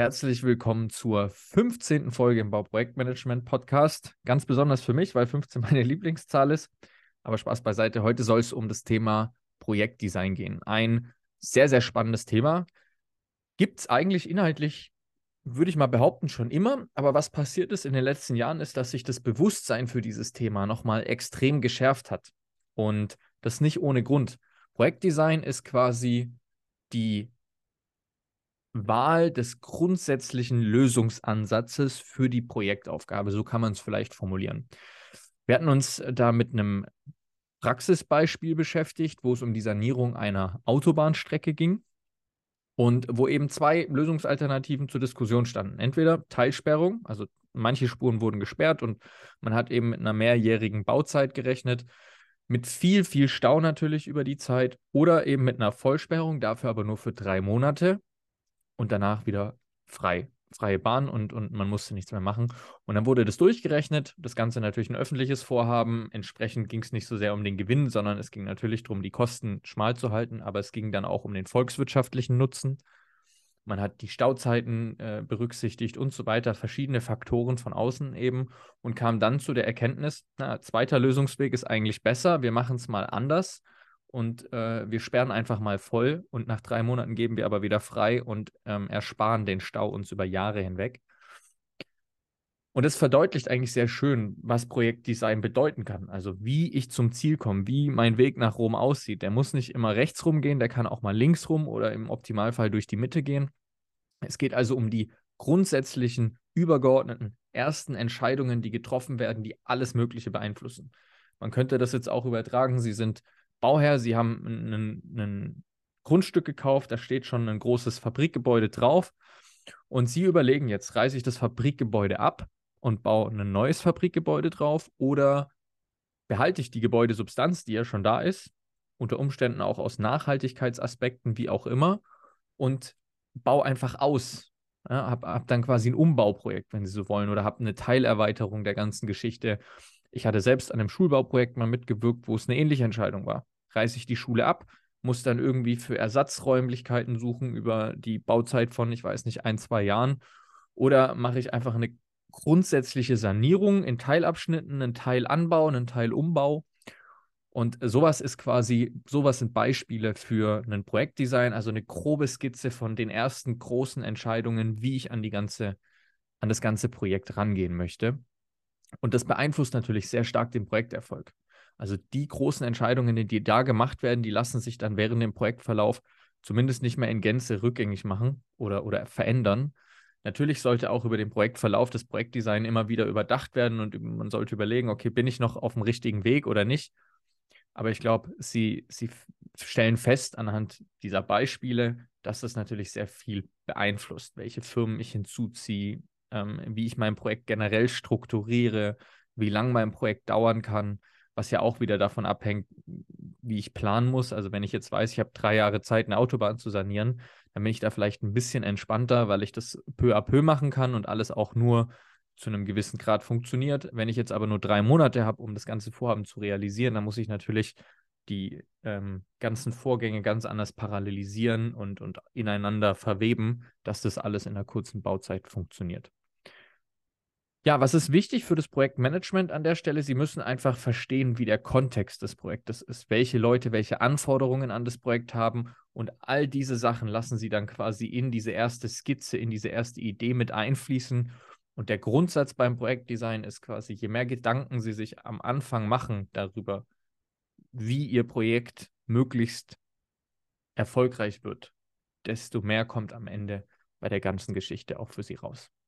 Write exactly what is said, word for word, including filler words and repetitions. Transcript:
Herzlich willkommen zur fünfzehnten Folge im Bauprojektmanagement-Podcast. Ganz besonders für mich, weil fünfzehn meine Lieblingszahl ist. Aber Spaß beiseite, heute soll es um das Thema Projektdesign gehen. Ein sehr, sehr spannendes Thema. Gibt es eigentlich inhaltlich, würde ich mal behaupten, schon immer. Aber was passiert ist in den letzten Jahren, ist, dass sich das Bewusstsein für dieses Thema nochmal extrem geschärft hat. Und das nicht ohne Grund. Projektdesign ist quasi die Wahl des grundsätzlichen Lösungsansatzes für die Projektaufgabe. So kann man es vielleicht formulieren. Wir hatten uns da mit einem Praxisbeispiel beschäftigt, wo es um die Sanierung einer Autobahnstrecke ging und wo eben zwei Lösungsalternativen zur Diskussion standen. Entweder Teilsperrung, also manche Spuren wurden gesperrt und man hat eben mit einer mehrjährigen Bauzeit gerechnet, mit viel, viel Stau natürlich über die Zeit, oder eben mit einer Vollsperrung, dafür aber nur für drei Monate. Und danach wieder frei, freie Bahn und, und man musste nichts mehr machen. Und dann wurde das durchgerechnet. Das Ganze natürlich ein öffentliches Vorhaben. Entsprechend ging es nicht so sehr um den Gewinn, sondern es ging natürlich darum, die Kosten schmal zu halten. Aber es ging dann auch um den volkswirtschaftlichen Nutzen. Man hat die Stauzeiten äh, berücksichtigt und so weiter, verschiedene Faktoren von außen eben, und kam dann zu der Erkenntnis, na, zweiter Lösungsweg ist eigentlich besser. Wir machen es mal anders. Und äh, wir sperren einfach mal voll und nach drei Monaten geben wir aber wieder frei und ähm, ersparen den Stau uns über Jahre hinweg. Und es verdeutlicht eigentlich sehr schön, was Projektdesign bedeuten kann. Also wie ich zum Ziel komme, wie mein Weg nach Rom aussieht. Der muss nicht immer rechts rumgehen, der kann auch mal links rum oder im Optimalfall durch die Mitte gehen. Es geht also um die grundsätzlichen, übergeordneten ersten Entscheidungen, die getroffen werden, die alles Mögliche beeinflussen. Man könnte das jetzt auch übertragen. Sie sind Bauherr, Sie haben ein Grundstück gekauft, da steht schon ein großes Fabrikgebäude drauf und Sie überlegen jetzt, reiße ich das Fabrikgebäude ab und baue ein neues Fabrikgebäude drauf oder behalte ich die Gebäudesubstanz, die ja schon da ist, unter Umständen auch aus Nachhaltigkeitsaspekten, wie auch immer, und baue einfach aus. Ja, habe hab dann quasi ein Umbauprojekt, wenn Sie so wollen, oder habe eine Teilerweiterung der ganzen Geschichte. Ich hatte selbst an einem Schulbauprojekt mal mitgewirkt, wo es eine ähnliche Entscheidung war. Reiße ich die Schule ab, muss dann irgendwie für Ersatzräumlichkeiten suchen über die Bauzeit von, ich weiß nicht, ein, zwei Jahren, oder mache ich einfach eine grundsätzliche Sanierung in Teilabschnitten, einen Teil Anbau, einen Teil Umbau. Und sowas ist quasi, sowas sind Beispiele für ein Projektdesign, also eine grobe Skizze von den ersten großen Entscheidungen, wie ich an die ganze, an das ganze Projekt rangehen möchte. Und das beeinflusst natürlich sehr stark den Projekterfolg. Also die großen Entscheidungen, die da gemacht werden, die lassen sich dann während dem Projektverlauf zumindest nicht mehr in Gänze rückgängig machen oder, oder verändern. Natürlich sollte auch über den Projektverlauf das Projektdesign immer wieder überdacht werden und man sollte überlegen, okay, bin ich noch auf dem richtigen Weg oder nicht? Aber ich glaube, sie, sie stellen fest anhand dieser Beispiele, dass das natürlich sehr viel beeinflusst, welche Firmen ich hinzuziehe, ähm, wie ich mein Projekt generell strukturiere, wie lang mein Projekt dauern kann, was ja auch wieder davon abhängt, wie ich planen muss. Also wenn ich jetzt weiß, ich habe drei Jahre Zeit, eine Autobahn zu sanieren, dann bin ich da vielleicht ein bisschen entspannter, weil ich das peu à peu machen kann und alles auch nur zu einem gewissen Grad funktioniert. Wenn ich jetzt aber nur drei Monate habe, um das ganze Vorhaben zu realisieren, dann muss ich natürlich die ähm, ganzen Vorgänge ganz anders parallelisieren und, und ineinander verweben, dass das alles in einer kurzen Bauzeit funktioniert. Ja, was ist wichtig für das Projektmanagement an der Stelle? Sie müssen einfach verstehen, wie der Kontext des Projektes ist, welche Leute welche Anforderungen an das Projekt haben, und all diese Sachen lassen Sie dann quasi in diese erste Skizze, in diese erste Idee mit einfließen. Und der Grundsatz beim Projektdesign ist quasi, je mehr Gedanken Sie sich am Anfang machen darüber, wie Ihr Projekt möglichst erfolgreich wird, desto mehr kommt am Ende bei der ganzen Geschichte auch für Sie raus.